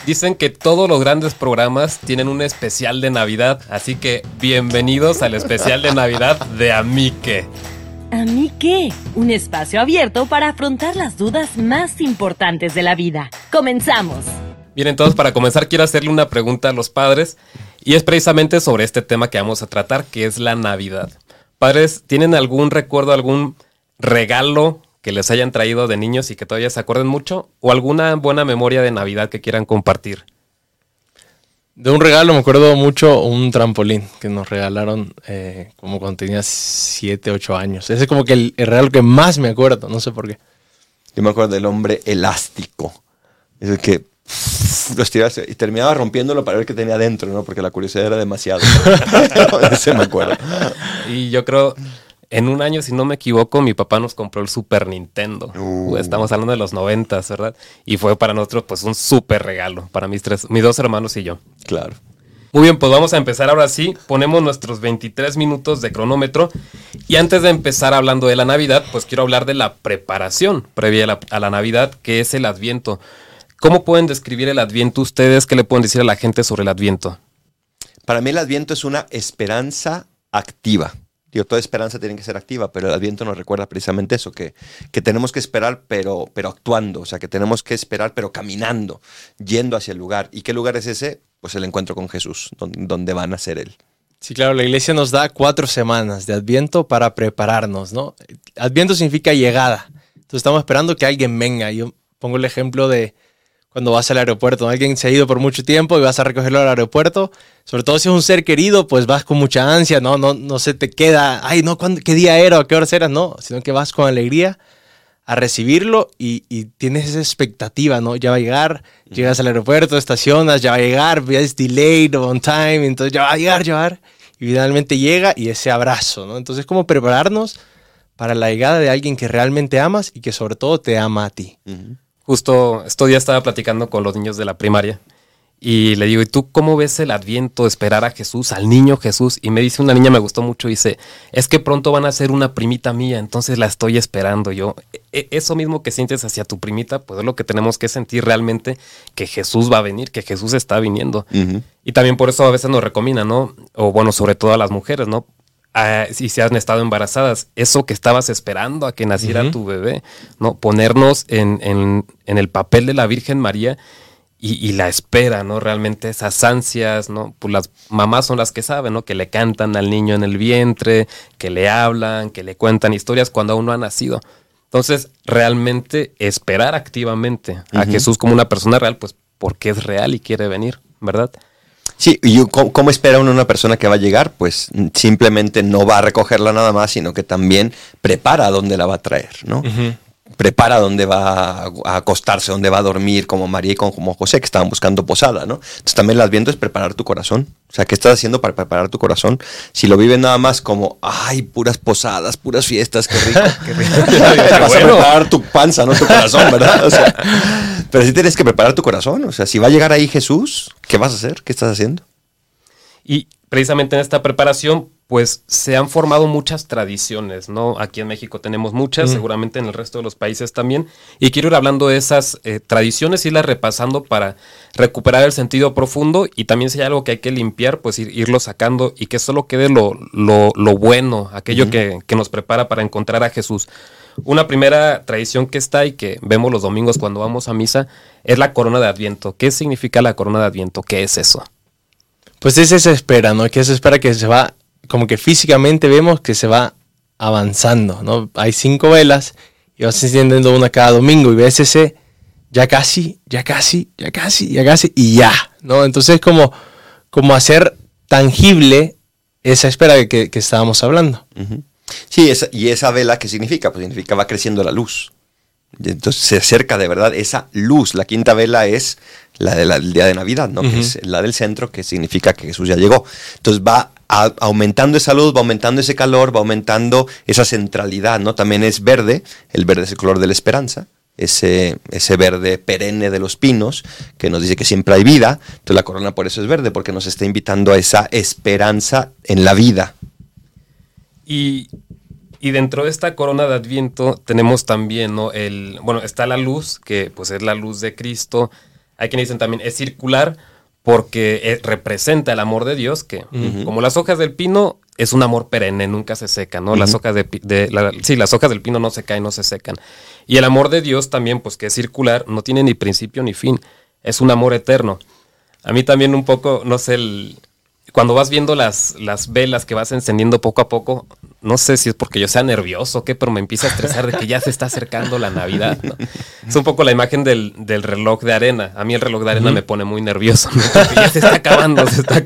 Dicen que todos los grandes programas tienen un especial de Navidad, así que bienvenidos al especial de Navidad de ¿A mí qué? ¿A mí qué? Un espacio abierto para afrontar las dudas más importantes de la vida. ¡Comenzamos! Bien, entonces para comenzar quiero hacerle una pregunta a los padres y es precisamente sobre este tema que vamos a tratar, que es la Navidad. Padres, ¿tienen algún recuerdo, algún regalo que les hayan traído de niños y que todavía se acuerden mucho? ¿O alguna buena memoria de Navidad que quieran compartir? De un regalo me acuerdo mucho, un trampolín que nos regalaron como cuando tenía 7, 8 años. Ese es como que el regalo que más me acuerdo, no sé por qué. Yo me acuerdo del hombre elástico. Es el que los tiraba y terminaba rompiéndolo para ver qué tenía dentro, ¿no? Porque la curiosidad era demasiado. Ese me acuerdo. Y yo creo, en un año, si no me equivoco, mi papá nos compró el Super Nintendo. Estamos hablando de los 90, ¿verdad? Y fue para nosotros pues un súper regalo, para mis 2 hermanos y yo. Claro. Muy bien, pues vamos a empezar ahora sí. Ponemos nuestros 23 minutos de cronómetro. Y antes de empezar hablando de la Navidad, pues quiero hablar de la preparación previa a la Navidad, que es el Adviento. ¿Cómo pueden describir el Adviento ustedes? ¿Qué le pueden decir a la gente sobre el Adviento? Para mí el Adviento es una esperanza activa. Digo, toda esperanza tiene que ser activa, pero el Adviento nos recuerda precisamente eso, que tenemos que esperar pero actuando, o sea, que tenemos que esperar pero caminando, yendo hacia el lugar. ¿Y qué lugar es ese? Pues el encuentro con Jesús, donde va a nacer Él. Sí, claro, la iglesia nos da 4 semanas de Adviento para prepararnos, ¿no? Adviento significa llegada. Entonces estamos esperando que alguien venga. Yo pongo el ejemplo de cuando vas al aeropuerto, ¿no? Alguien se ha ido por mucho tiempo y vas a recogerlo al aeropuerto, sobre todo si es un ser querido, pues vas con mucha ansia, no se te queda, ay, no, ¿qué día era o qué horas era? No, sino que vas con alegría a recibirlo y tienes esa expectativa, ¿no? Ya va a llegar, llegas al aeropuerto, estacionas, ya va a llegar, ya es delayed, on time, entonces ya va a llegar, y finalmente llega y ese abrazo, ¿no? Entonces, ¿cómo prepararnos para la llegada de alguien que realmente amas y que sobre todo te ama a ti? Uh-huh. Justo estos días estaba platicando con los niños de la primaria y le digo, ¿y tú cómo ves el Adviento, esperar a Jesús, al niño Jesús? Y me dice una niña, me gustó mucho, dice, es que pronto van a ser una primita mía, entonces la estoy esperando. Yo, eso mismo que sientes hacia tu primita, pues es lo que tenemos que sentir realmente, que Jesús va a venir, que Jesús está viniendo. Uh-huh. Y también por eso a veces nos recomienda, ¿no? O bueno, sobre todo a las mujeres, ¿no? Si se han estado embarazadas, eso que estabas esperando a que naciera tu bebé, ¿no? Ponernos en el papel de la Virgen María y la espera, ¿no? Realmente esas ansias, ¿no? Pues las mamás son las que saben, ¿no? Que le cantan al niño en el vientre, que le hablan, que le cuentan historias cuando aún no ha nacido. Entonces, realmente esperar activamente a Jesús como una persona real, pues porque es real y quiere venir, ¿verdad? Sí, y ¿cómo espera uno una persona que va a llegar? Pues simplemente no va a recogerla nada más, sino que también prepara dónde la va a traer, ¿no? Uh-huh. Prepara dónde va a acostarse, dónde va a dormir, como María y como José, que estaban buscando posada, ¿no? Entonces también el Adviento es preparar tu corazón. O sea, ¿qué estás haciendo para preparar tu corazón? Si lo vives nada más como, ay, puras posadas, puras fiestas, qué rico. Qué rico. Vas a preparar tu panza, no tu corazón, ¿verdad? O sea, pero sí tienes que preparar tu corazón. O sea, si va a llegar ahí Jesús, ¿qué vas a hacer? ¿Qué estás haciendo? Y precisamente en esta preparación, pues se han formado muchas tradiciones, ¿no? Aquí en México tenemos muchas, seguramente en el resto de los países también. Y quiero ir hablando de esas tradiciones, irlas repasando para recuperar el sentido profundo y también si hay algo que hay que limpiar, pues irlo sacando y que solo quede lo bueno, aquello que nos prepara para encontrar a Jesús. Una primera tradición que está y que vemos los domingos cuando vamos a misa es la corona de Adviento. ¿Qué significa la corona de Adviento? ¿Qué es eso? Pues es esa espera, ¿no? Que esa espera que se va, como que físicamente vemos que se va avanzando, ¿no? Hay 5 velas y vas encendiendo una cada domingo y ves ese ya casi y ya, ¿no? Entonces como hacer tangible esa espera que estábamos hablando. Uh-huh. Sí, y esa vela, ¿qué significa? Pues significa va creciendo la luz. Y entonces se acerca de verdad esa luz. La 5ª vela es la del día de Navidad, ¿no? Uh-huh. Que es la del centro, que significa que Jesús ya llegó. Entonces va aumentando esa luz, va aumentando ese calor, va aumentando esa centralidad, ¿no? También es verde, el verde es el color de la esperanza, ese verde perenne de los pinos, que nos dice que siempre hay vida. Entonces la corona por eso es verde, porque nos está invitando a esa esperanza en la vida. Y dentro de esta corona de Adviento tenemos también, ¿no? Está la luz, que pues es la luz de Cristo. Hay quienes dicen también es circular porque representa el amor de Dios, que como las hojas del pino es un amor perenne, nunca se seca, ¿no? Las hojas las hojas del pino no se caen, no se secan. Y el amor de Dios también, pues que es circular, no tiene ni principio ni fin, es un amor eterno. A mí también un poco, no sé, cuando vas viendo las velas que vas encendiendo poco a poco, no sé si es porque yo sea nervioso o qué, pero me empieza a estresar de que ya se está acercando la Navidad, ¿no? Es un poco la imagen del reloj de arena. A mí el reloj de arena me pone muy nervioso, ¿no? Porque ya se está acabando,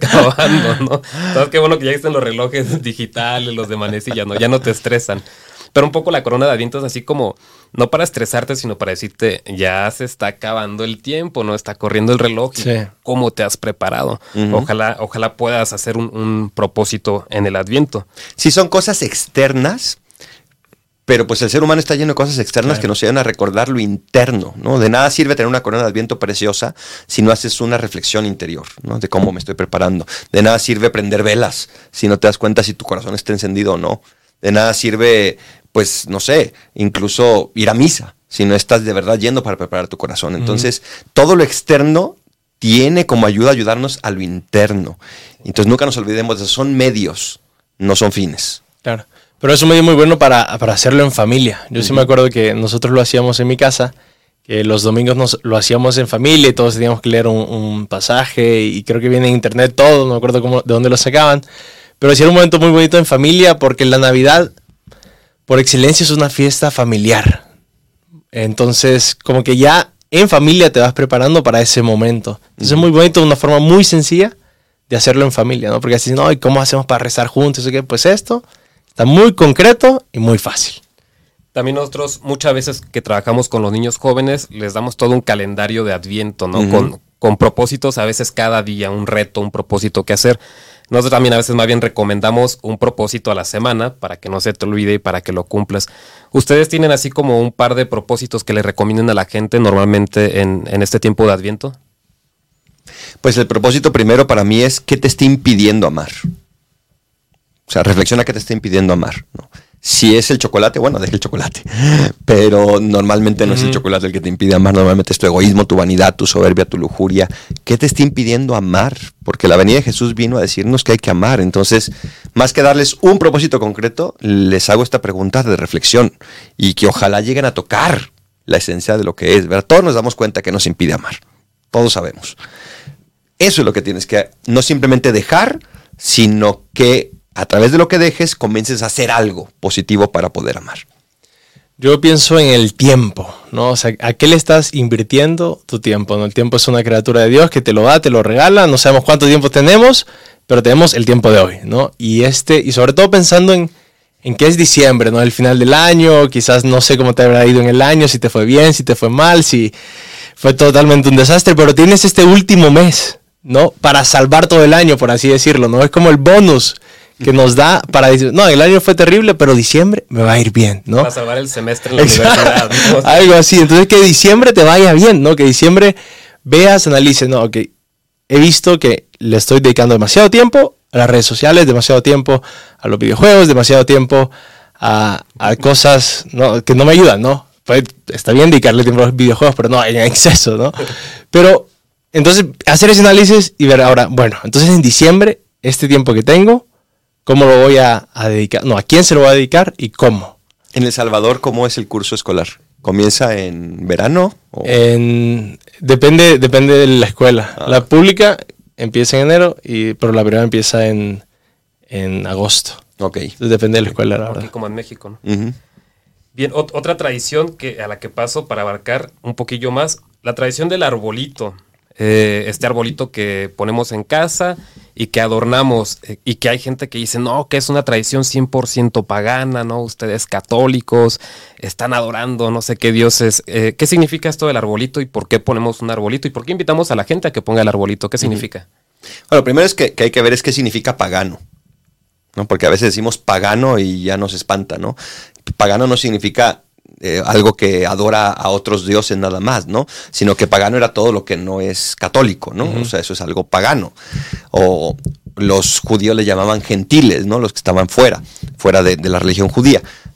¿no? Entonces qué bueno que ya existen los relojes digitales, los de manecilla, ¿no? Ya no te estresan. Pero un poco la corona de Adviento es así como, no para estresarte, sino para decirte, ya se está acabando el tiempo, ¿no? Está corriendo el reloj. Sí. ¿Cómo te has preparado? Ojalá puedas hacer un propósito en el Adviento. Sí, son cosas externas, pero pues el ser humano está lleno de cosas externas que nos ayudan a recordar lo interno, ¿no? De nada sirve tener una corona de Adviento preciosa si no haces una reflexión interior, ¿no? De cómo me estoy preparando. De nada sirve prender velas si no te das cuenta si tu corazón está encendido o no. De nada sirve, pues, no sé, incluso ir a misa, si no estás de verdad yendo para preparar tu corazón. Entonces, todo lo externo tiene como ayuda a ayudarnos a lo interno. Entonces, nunca nos olvidemos de eso. Son medios, no son fines. Claro, pero es un medio muy bueno para hacerlo en familia. Yo sí me acuerdo que nosotros lo hacíamos en mi casa, que los domingos lo hacíamos en familia y todos teníamos que leer un pasaje, y creo que viene en internet todo, no me acuerdo de dónde lo sacaban. Pero sí era un momento muy bonito en familia, porque la Navidad, por excelencia, es una fiesta familiar. Entonces, como que ya en familia te vas preparando para ese momento. Entonces es muy bonito, una forma muy sencilla de hacerlo en familia, ¿no? Porque así, ¿no? ¿Y cómo hacemos para rezar juntos? Pues esto está muy concreto y muy fácil. También nosotros, muchas veces que trabajamos con los niños jóvenes, les damos todo un calendario de Adviento, ¿no? Con propósitos, a veces cada día, un reto, un propósito que hacer. Nosotros también a veces más bien recomendamos un propósito a la semana para que no se te olvide y para que lo cumplas. ¿Ustedes tienen así como un par de propósitos que le recomienden a la gente normalmente en este tiempo de Adviento? Pues el propósito primero para mí es ¿qué te está impidiendo amar? O sea, reflexiona qué te está impidiendo amar, ¿no? Si es el chocolate, bueno, deja el chocolate. Pero normalmente no es el chocolate el que te impide amar. Normalmente es tu egoísmo, tu vanidad, tu soberbia, tu lujuria. ¿Qué te está impidiendo amar? Porque la venida de Jesús vino a decirnos que hay que amar. Entonces, más que darles un propósito concreto, les hago esta pregunta de reflexión. Y que ojalá lleguen a tocar la esencia de lo que es, ¿verdad? Todos nos damos cuenta que nos impide amar. Todos sabemos. Eso es lo que tienes que no simplemente dejar, sino que a través de lo que dejes, comiences a hacer algo positivo para poder amar. Yo pienso en el tiempo, ¿no? O sea, ¿a qué le estás invirtiendo tu tiempo? ¿No? El tiempo es una criatura de Dios que te lo da, te lo regala. No sabemos cuánto tiempo tenemos, pero tenemos el tiempo de hoy, ¿no? Y sobre todo pensando en que es diciembre, ¿no? El final del año, quizás no sé cómo te habrá ido en el año, si te fue bien, si te fue mal, si fue totalmente un desastre, pero tienes este último mes, ¿no? Para salvar todo el año, por así decirlo, ¿no? Es como el bonus que nos da para decir, no, el año fue terrible, pero diciembre me va a ir bien, ¿no? Para salvar el semestre en la universidad, ¿no? Algo así. Entonces, que diciembre te vaya bien, ¿no? Que diciembre veas, analices, no, ok, he visto que le estoy dedicando demasiado tiempo a las redes sociales, demasiado tiempo a los videojuegos, demasiado tiempo a cosas, ¿no? Que no me ayudan, ¿no? Pues está bien dedicarle tiempo a los videojuegos, pero no en exceso, ¿no? Pero, entonces, hacer ese análisis y ver ahora, bueno, entonces en diciembre, este tiempo que tengo, ¿cómo lo voy a dedicar? No, ¿a quién se lo voy a dedicar y cómo? En El Salvador, ¿cómo es el curso escolar? ¿Comienza en verano? Depende de la escuela. La pública empieza en enero, pero la privada empieza en agosto. Ok. Entonces depende de la escuela, la verdad. Aquí como en México, ¿no? Bien, otra tradición a la que paso para abarcar un poquillo más, la tradición del arbolito. Este arbolito que ponemos en casa y que adornamos, y que hay gente que dice, no, que es una tradición 100% pagana, ¿no? Ustedes católicos están adorando no sé qué dioses. ¿Qué significa esto del arbolito y por qué ponemos un arbolito? ¿Y por qué invitamos a la gente a que ponga el arbolito? ¿Qué significa? Bueno, lo primero es que hay que ver es qué significa pagano, ¿no? Porque a veces decimos pagano y ya nos espanta, ¿no? Pagano no significa algo que adora a otros dioses nada más, ¿no? Sino que pagano era todo lo que no es católico, ¿no? O sea, eso es algo pagano. O los judíos le llamaban gentiles, ¿no? Los que estaban fuera de la religión judía.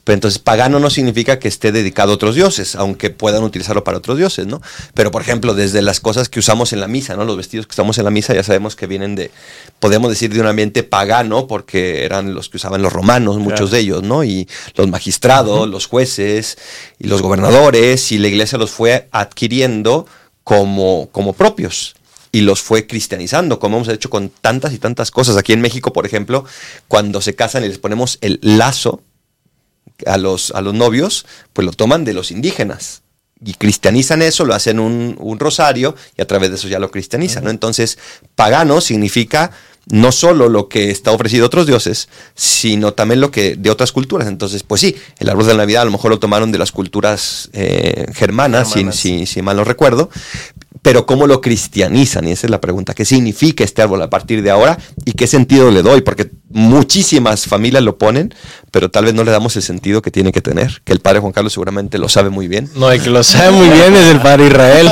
Pero entonces pagano no significa que esté dedicado a otros dioses, aunque puedan utilizarlo para otros dioses, ¿no? Pero por ejemplo, desde las cosas que usamos en la misa, ¿no? Los vestidos que usamos en la misa ya sabemos que vienen podemos decir de un ambiente pagano, porque eran los que usaban los romanos, muchos de ellos, ¿no? Y los magistrados, los jueces y los gobernadores, y la iglesia los fue adquiriendo como propios. Y los fue cristianizando, como hemos hecho con tantas y tantas cosas. Aquí en México, por ejemplo, cuando se casan y les ponemos el lazo a los novios, pues lo toman de los indígenas y cristianizan eso, lo hacen un rosario y a través de eso ya lo cristianizan, ¿no? Entonces, pagano significa no solo lo que está ofrecido a otros dioses, sino también lo que de otras culturas. Entonces, pues sí, el árbol de la Navidad a lo mejor lo tomaron de las culturas germanas, si mal no recuerdo, pero ¿cómo lo cristianizan? Y esa es la pregunta. ¿Qué significa este árbol a partir de ahora? ¿Y qué sentido le doy? Porque muchísimas familias lo ponen, pero tal vez no le damos el sentido que tiene que tener, que el padre Juan Carlos seguramente lo sabe muy bien. No, el que lo sabe muy bien es el padre Israel,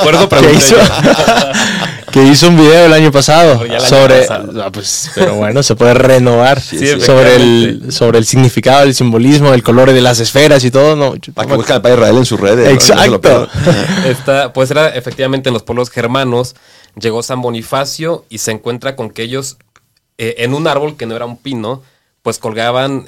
que hizo un video el año pasado sobre... pero bueno, se puede renovar sobre el significado, el simbolismo, el color de las esferas y todo. No, para que busquen al padre Israel en sus redes. Exacto. ¿No? Pues era efectivamente en los pueblos germanos, llegó San Bonifacio y se encuentra con que ellos, en un árbol que no era un pino, pues colgaban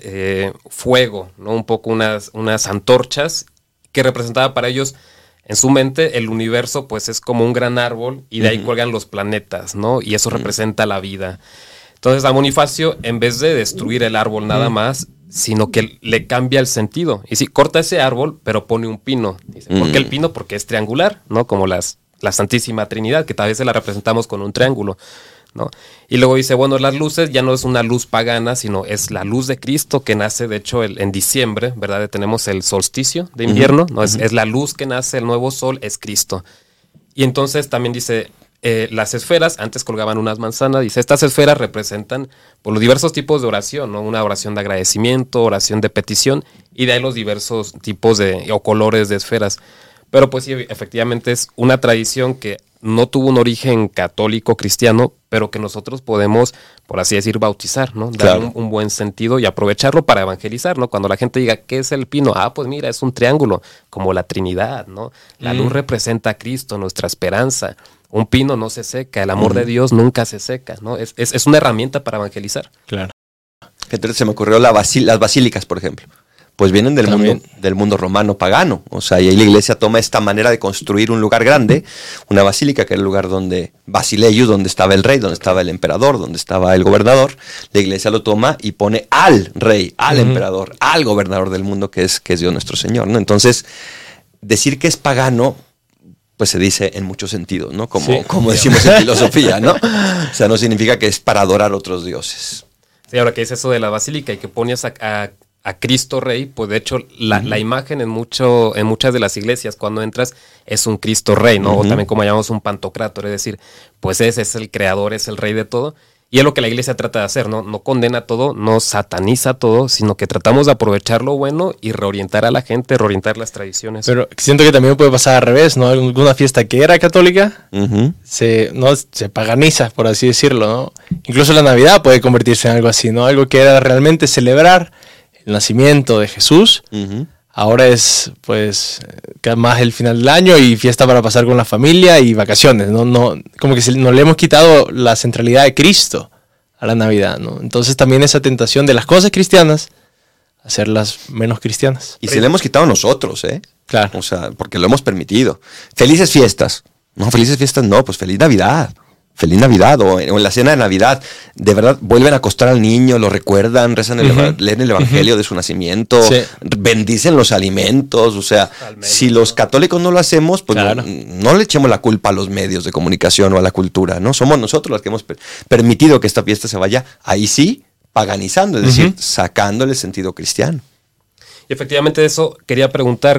fuego, ¿no? Un poco unas antorchas que representaba para ellos, en su mente, el universo pues es como un gran árbol y de ahí cuelgan los planetas, ¿no? Y eso representa la vida. Entonces a Bonifacio, en vez de destruir el árbol nada más, sino que le cambia el sentido. Y sí, corta ese árbol, pero pone un pino. Dice, ¿por qué el pino? Porque es triangular, ¿no? Como la Santísima Trinidad, que tal vez se la representamos con un triángulo, ¿no? Y luego dice, bueno, las luces ya no es una luz pagana, sino es la luz de Cristo que nace, de hecho, en diciembre, ¿verdad? Tenemos el solsticio de invierno, ¿no? Es la luz que nace, el nuevo sol, es Cristo. Y entonces también dice, las esferas, antes colgaban unas manzanas, dice, estas esferas representan por los diversos tipos de oración, ¿no? Una oración de agradecimiento, oración de petición, y de ahí los diversos tipos o colores de esferas. Pero pues sí, efectivamente es una tradición que no tuvo un origen católico cristiano, pero que nosotros podemos, por así decir, bautizar, ¿no? Dar un buen sentido y aprovecharlo para evangelizar, ¿no? Cuando la gente diga, ¿qué es el pino? Ah, pues mira, es un triángulo, como la Trinidad, ¿no? La luz representa a Cristo, nuestra esperanza. Un pino no se seca, el amor de Dios nunca se seca, ¿no? Es una herramienta para evangelizar. Claro. Entonces se me ocurrió las basílicas, por ejemplo. Pues vienen del mundo romano pagano. O sea, y ahí la iglesia toma esta manera de construir un lugar grande, una basílica, que era el lugar donde Basileius, donde estaba el rey, donde estaba el emperador, donde estaba el gobernador. La iglesia lo toma y pone al rey, al emperador, al gobernador del mundo, que es Dios nuestro Señor, ¿no? Entonces, decir que es pagano, pues se dice en muchos sentidos, ¿no? Como decimos en filosofía, ¿no? O sea, no significa que es para adorar a otros dioses. Sí, ahora que es eso de la basílica y que pones a Cristo Rey, pues de hecho la imagen en muchas de las iglesias cuando entras es un Cristo Rey, ¿no? O también como llamamos un pantocrátor, es decir, pues ese es el creador, es el rey de todo. Y es lo que la iglesia trata de hacer, ¿no? No condena todo, no sataniza todo, sino que tratamos de aprovechar lo bueno y reorientar a la gente, reorientar las tradiciones. Pero siento que también puede pasar al revés, ¿no? Alguna fiesta que era católica se paganiza, por así decirlo, ¿no? Incluso la Navidad puede convertirse en algo así, ¿no? Algo que era realmente celebrar el nacimiento de Jesús. Ahora es pues más el final del año y fiesta para pasar con la familia y vacaciones, ¿no? Como que nos le hemos quitado la centralidad de Cristo a la Navidad, ¿no? Entonces también esa tentación de las cosas cristianas, hacerlas menos cristianas. Y se le hemos quitado nosotros, ¿eh? Claro. O sea, porque lo hemos permitido. Felices fiestas. No, felices fiestas no, pues feliz Navidad. Feliz Navidad, o en la cena de Navidad, de verdad, vuelven a acostar al niño, lo recuerdan, rezan leen el evangelio de su nacimiento, bendicen los alimentos, o sea, si los católicos no lo hacemos, pues no le echemos la culpa a los medios de comunicación o a la cultura, ¿no? Somos nosotros los que hemos permitido que esta fiesta se vaya, ahí sí, paganizando, es decir, sacándole el sentido cristiano. Y efectivamente de eso quería preguntar,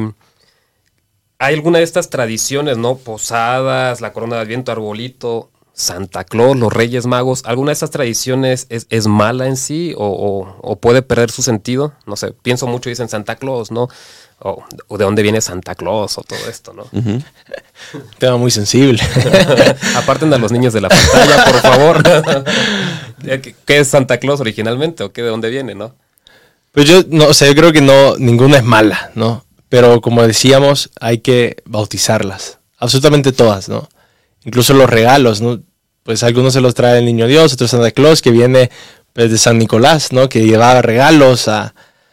¿hay alguna de estas tradiciones, ¿no? Posadas, la corona de Adviento, arbolito, Santa Claus, los Reyes Magos, ¿alguna de estas tradiciones es mala en sí o puede perder su sentido? No sé, pienso mucho, dicen Santa Claus, ¿no? O de dónde viene Santa Claus o todo esto, ¿no? Tema muy sensible. Aparten a los niños de la pantalla, por favor. ¿Qué es Santa Claus originalmente o de dónde viene, no? Pues yo creo que ninguna es mala, ¿no? Pero como decíamos, hay que bautizarlas. Absolutamente todas, ¿no? Incluso los regalos, ¿no? Pues algunos se los trae el Niño Dios, otros Santa Claus, que viene pues, de San Nicolás, ¿no? Que llevaba regalos a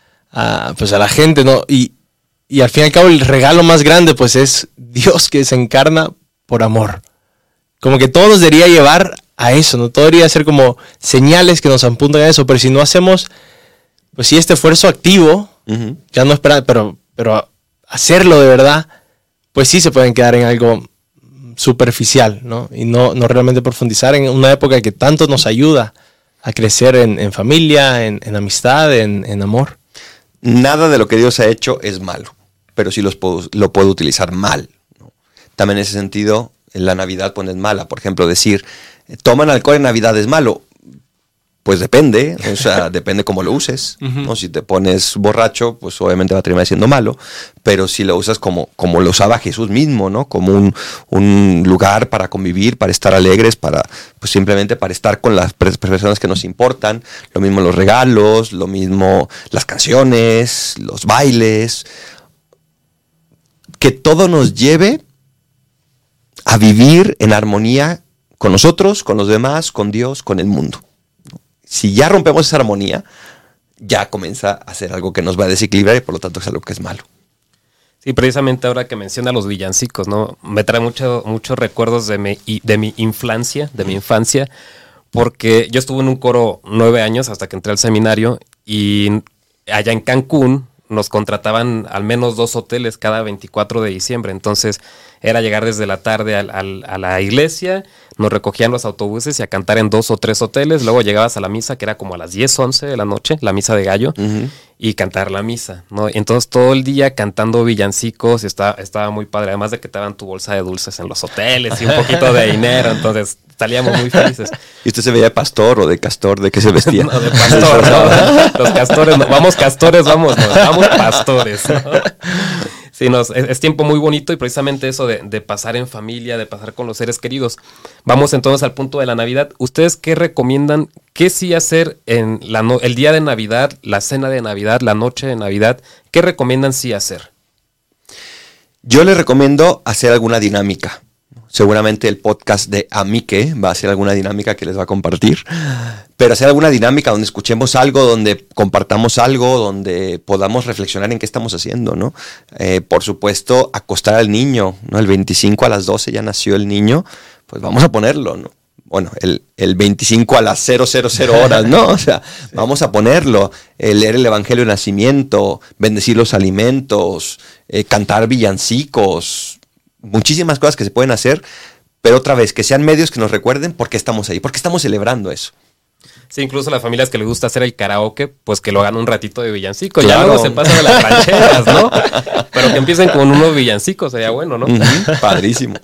la gente, ¿no? Y al fin y al cabo el regalo más grande pues es Dios que se encarna por amor. Como que todo nos debería llevar a eso, ¿no? Todo debería ser como señales que nos apuntan a eso, pero si no hacemos, pues sí, este esfuerzo activo, ya no esperar, pero hacerlo de verdad, pues sí se pueden quedar en algo superficial, ¿no? Y no realmente profundizar en una época que tanto nos ayuda a crecer en familia, en amistad, en amor. Nada de lo que Dios ha hecho es malo, pero sí lo puedo utilizar mal, ¿no? También en ese sentido, en la Navidad pones mala. Por ejemplo, decir, ¿toman alcohol en Navidad es malo? Pues depende, o sea, depende cómo lo uses, ¿no? Si te pones borracho, pues obviamente va a terminar siendo malo, pero si lo usas como lo usaba Jesús mismo, ¿no? Como un lugar para convivir, para estar alegres, pues simplemente para estar con las personas que nos importan, lo mismo los regalos, lo mismo las canciones, los bailes, que todo nos lleve a vivir en armonía con nosotros, con los demás, con Dios, con el mundo. Si ya rompemos esa armonía, ya comienza a ser algo que nos va a desequilibrar y por lo tanto es algo que es malo. Sí, precisamente ahora que menciona los villancicos, ¿no? Me trae muchos recuerdos de mi infancia, porque yo estuve en un coro 9 años hasta que entré al seminario y allá en Cancún nos contrataban al menos 2 hoteles cada 24 de diciembre. Entonces era llegar desde la tarde a la iglesia, nos recogían los autobuses y a cantar en 2 o 3 hoteles. Luego llegabas a la misa, que era como a las 10, 11 de la noche, la misa de gallo, y cantar la misa, ¿no? Entonces todo el día cantando villancicos, estaba muy padre. Además de que te daban tu bolsa de dulces en los hoteles y un poquito de dinero, entonces salíamos muy felices. ¿Y usted se veía de pastor o de castor? ¿De qué se vestía? No, de pastor, ¿no? Los castores, no. Vamos castores, vamos pastores, ¿no? Sí, es tiempo muy bonito y precisamente eso de pasar en familia, de pasar con los seres queridos. Vamos entonces al punto de la Navidad. ¿Ustedes qué recomiendan? ¿Qué sí hacer en el día de Navidad, la cena de Navidad, la noche de Navidad? ¿Qué recomiendan sí hacer? Yo les recomiendo hacer alguna dinámica. Seguramente el podcast de Amique va a hacer alguna dinámica que les va a compartir, pero hacer alguna dinámica donde escuchemos algo, donde compartamos algo, donde podamos reflexionar en qué estamos haciendo, ¿no? Por supuesto, acostar al niño, ¿no? El 25 a las 12 ya nació el niño, pues vamos a ponerlo, ¿no? Bueno, el 25 a las 000 horas, ¿no? O sea, sí. Vamos a ponerlo, leer el Evangelio de Nacimiento, bendecir los alimentos, cantar villancicos, muchísimas cosas que se pueden hacer, pero otra vez, que sean medios que nos recuerden por qué estamos ahí, por qué estamos celebrando eso. Sí, incluso las familias que les gusta hacer el karaoke, pues que lo hagan un ratito de villancicos. Claro. Ya luego se pasan de las rancheras, ¿no? Pero que empiecen con unos villancicos, sería bueno, ¿no? Padrísimo.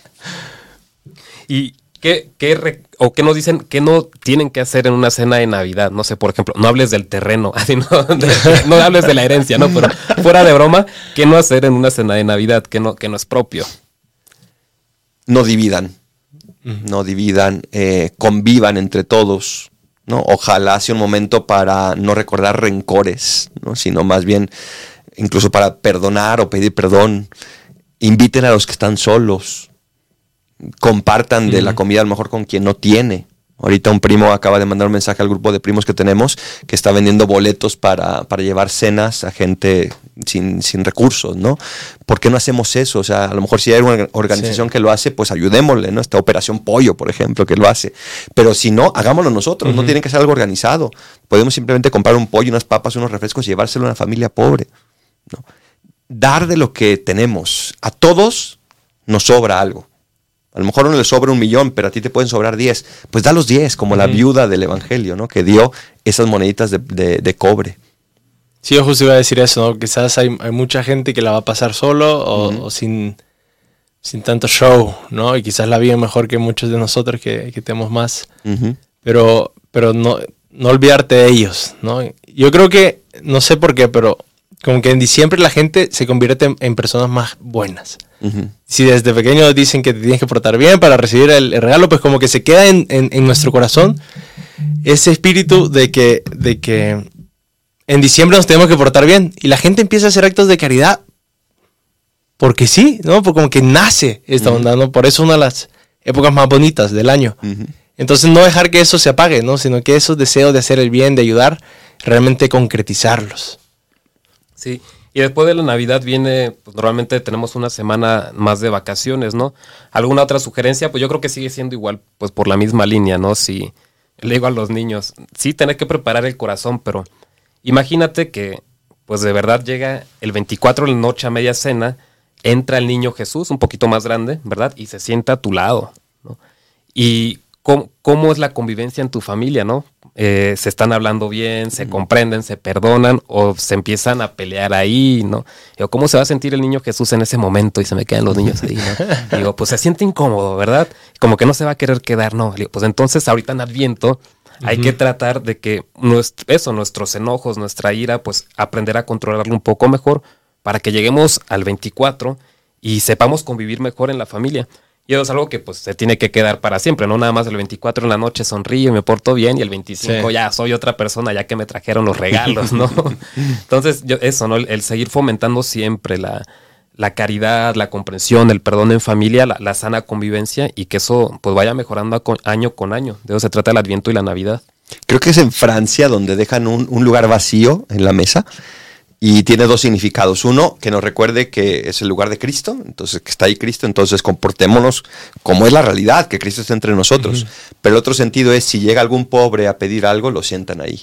¿Y qué nos dicen que no tienen que hacer en una cena de Navidad? No sé, por ejemplo, no hables del terreno, así no hables de la herencia, ¿no? Pero fuera de broma, ¿qué no hacer en una cena de Navidad que no es propio? No dividan, convivan entre todos, ¿no? Ojalá sea un momento para no recordar rencores, ¿no? Sino más bien incluso para perdonar o pedir perdón. Inviten a los que están solos. Compartan de la comida a lo mejor con quien no tiene. Ahorita un primo acaba de mandar un mensaje al grupo de primos que tenemos que está vendiendo boletos para llevar cenas a gente sin recursos, ¿no? ¿Por qué no hacemos eso? O sea, a lo mejor si hay una organización que lo hace, pues ayudémosle, ¿no? Esta Operación Pollo, por ejemplo, que lo hace. Pero si no, hagámoslo nosotros, no tiene que ser algo organizado. Podemos simplemente comprar un pollo, unas papas, unos refrescos y llevárselo a una familia pobre, ¿no? Dar de lo que tenemos. A todos nos sobra algo. A lo mejor no le sobra 1 millón, pero a ti te pueden sobrar 10. Pues da los 10, como la viuda del Evangelio, ¿no? Que dio esas moneditas de cobre. Sí, yo justo iba a decir eso, ¿no? Quizás hay mucha gente que la va a pasar solo o sin tanto show, ¿no? Y quizás la viven mejor que muchos de nosotros que tenemos más. Pero no olvidarte de ellos, ¿no? Yo creo que, no sé por qué, pero como que en diciembre la gente se convierte en personas más buenas. Si desde pequeño dicen que te tienes que portar bien para recibir el regalo, pues como que se queda en nuestro corazón ese espíritu de que en diciembre nos tenemos que portar bien. Y la gente empieza a hacer actos de caridad porque sí, ¿no? Porque como que nace esta onda, ¿no? Por eso una de las épocas más bonitas del año. Entonces no dejar que eso se apague, ¿no? Sino que esos deseos de hacer el bien, de ayudar, realmente concretizarlos. Sí, y después de la Navidad viene, pues normalmente tenemos una semana más de vacaciones, ¿no? ¿Alguna otra sugerencia? Pues yo creo que sigue siendo igual, pues por la misma línea, ¿no? Si le digo a los niños, sí, tener que preparar el corazón, pero imagínate que, pues de verdad llega el 24 de la noche a media cena, entra el niño Jesús, un poquito más grande, ¿verdad? Y se sienta a tu lado, ¿no? Y ¿cómo es la convivencia en tu familia, no? Se están hablando bien, se comprenden, se perdonan o se empiezan a pelear ahí, ¿no? Digo, ¿cómo se va a sentir el niño Jesús en ese momento? Y se me quedan los niños ahí, ¿no? Digo, pues se siente incómodo, ¿verdad? Como que no se va a querer quedar, ¿no? Digo, pues entonces ahorita en Adviento hay que tratar de que nuestros enojos, nuestra ira, pues aprender a controlarlo un poco mejor para que lleguemos al 24 y sepamos convivir mejor en la familia. Y eso es algo que pues se tiene que quedar para siempre, no nada más el 24 en la noche sonrío y me porto bien y el 25 ya soy otra persona ya que me trajeron los regalos, ¿no? Entonces eso, ¿no? El seguir fomentando siempre la caridad, la comprensión, el perdón en familia, la sana convivencia y que eso pues vaya mejorando año con año. De eso se trata el Adviento y la Navidad. Creo que es en Francia donde dejan un lugar vacío en la mesa. Y tiene dos significados. Uno, que nos recuerde que es el lugar de Cristo, entonces que está ahí Cristo, entonces comportémonos como es la realidad, que Cristo está entre nosotros. Pero el otro sentido es, si llega algún pobre a pedir algo, lo sientan ahí.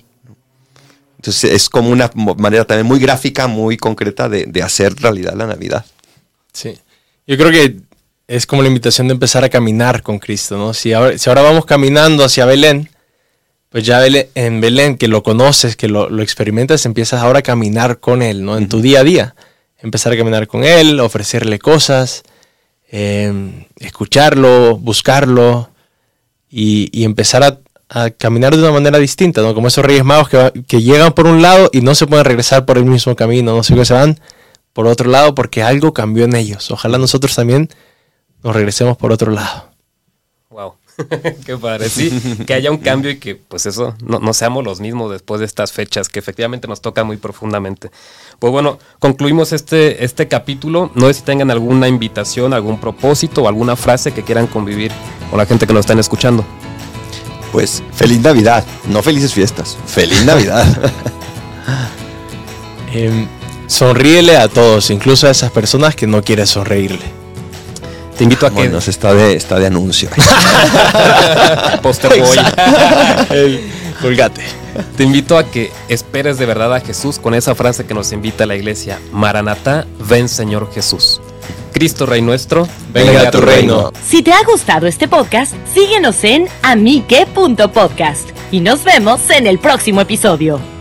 Entonces es como una manera también muy gráfica, muy concreta de hacer realidad la Navidad. Sí, yo creo que es como la invitación de empezar a caminar con Cristo, ¿no? Si ahora vamos caminando hacia Belén, pues ya en Belén, que lo conoces, que lo experimentas, empiezas ahora a caminar con Él, ¿no? En tu día a día. Empezar a caminar con Él, ofrecerle cosas, escucharlo, buscarlo y empezar a caminar de una manera distinta, ¿no? Como esos Reyes Magos que llegan por un lado y no se pueden regresar por el mismo camino, no sé qué, se van por otro lado porque algo cambió en ellos. Ojalá nosotros también nos regresemos por otro lado. Wow. Qué padre, sí, que haya un cambio y que pues eso, no seamos los mismos después de estas fechas, que efectivamente nos toca muy profundamente. Pues bueno, concluimos este capítulo. No sé si tengan alguna invitación, algún propósito o alguna frase que quieran convivir con la gente que nos están escuchando. Pues feliz Navidad, no felices fiestas, feliz Navidad. Sonríele a todos, incluso a esas personas que no quieren sonreírle. Te invito a que... Bueno, está de anuncio. Poster boy. Colgate. Te invito a que esperes de verdad a Jesús con esa frase que nos invita a la iglesia. Maranatá, ven Señor Jesús. Cristo Rey nuestro, venga a tu reino. Si te ha gustado este podcast, síguenos en amique.podcast y nos vemos en el próximo episodio.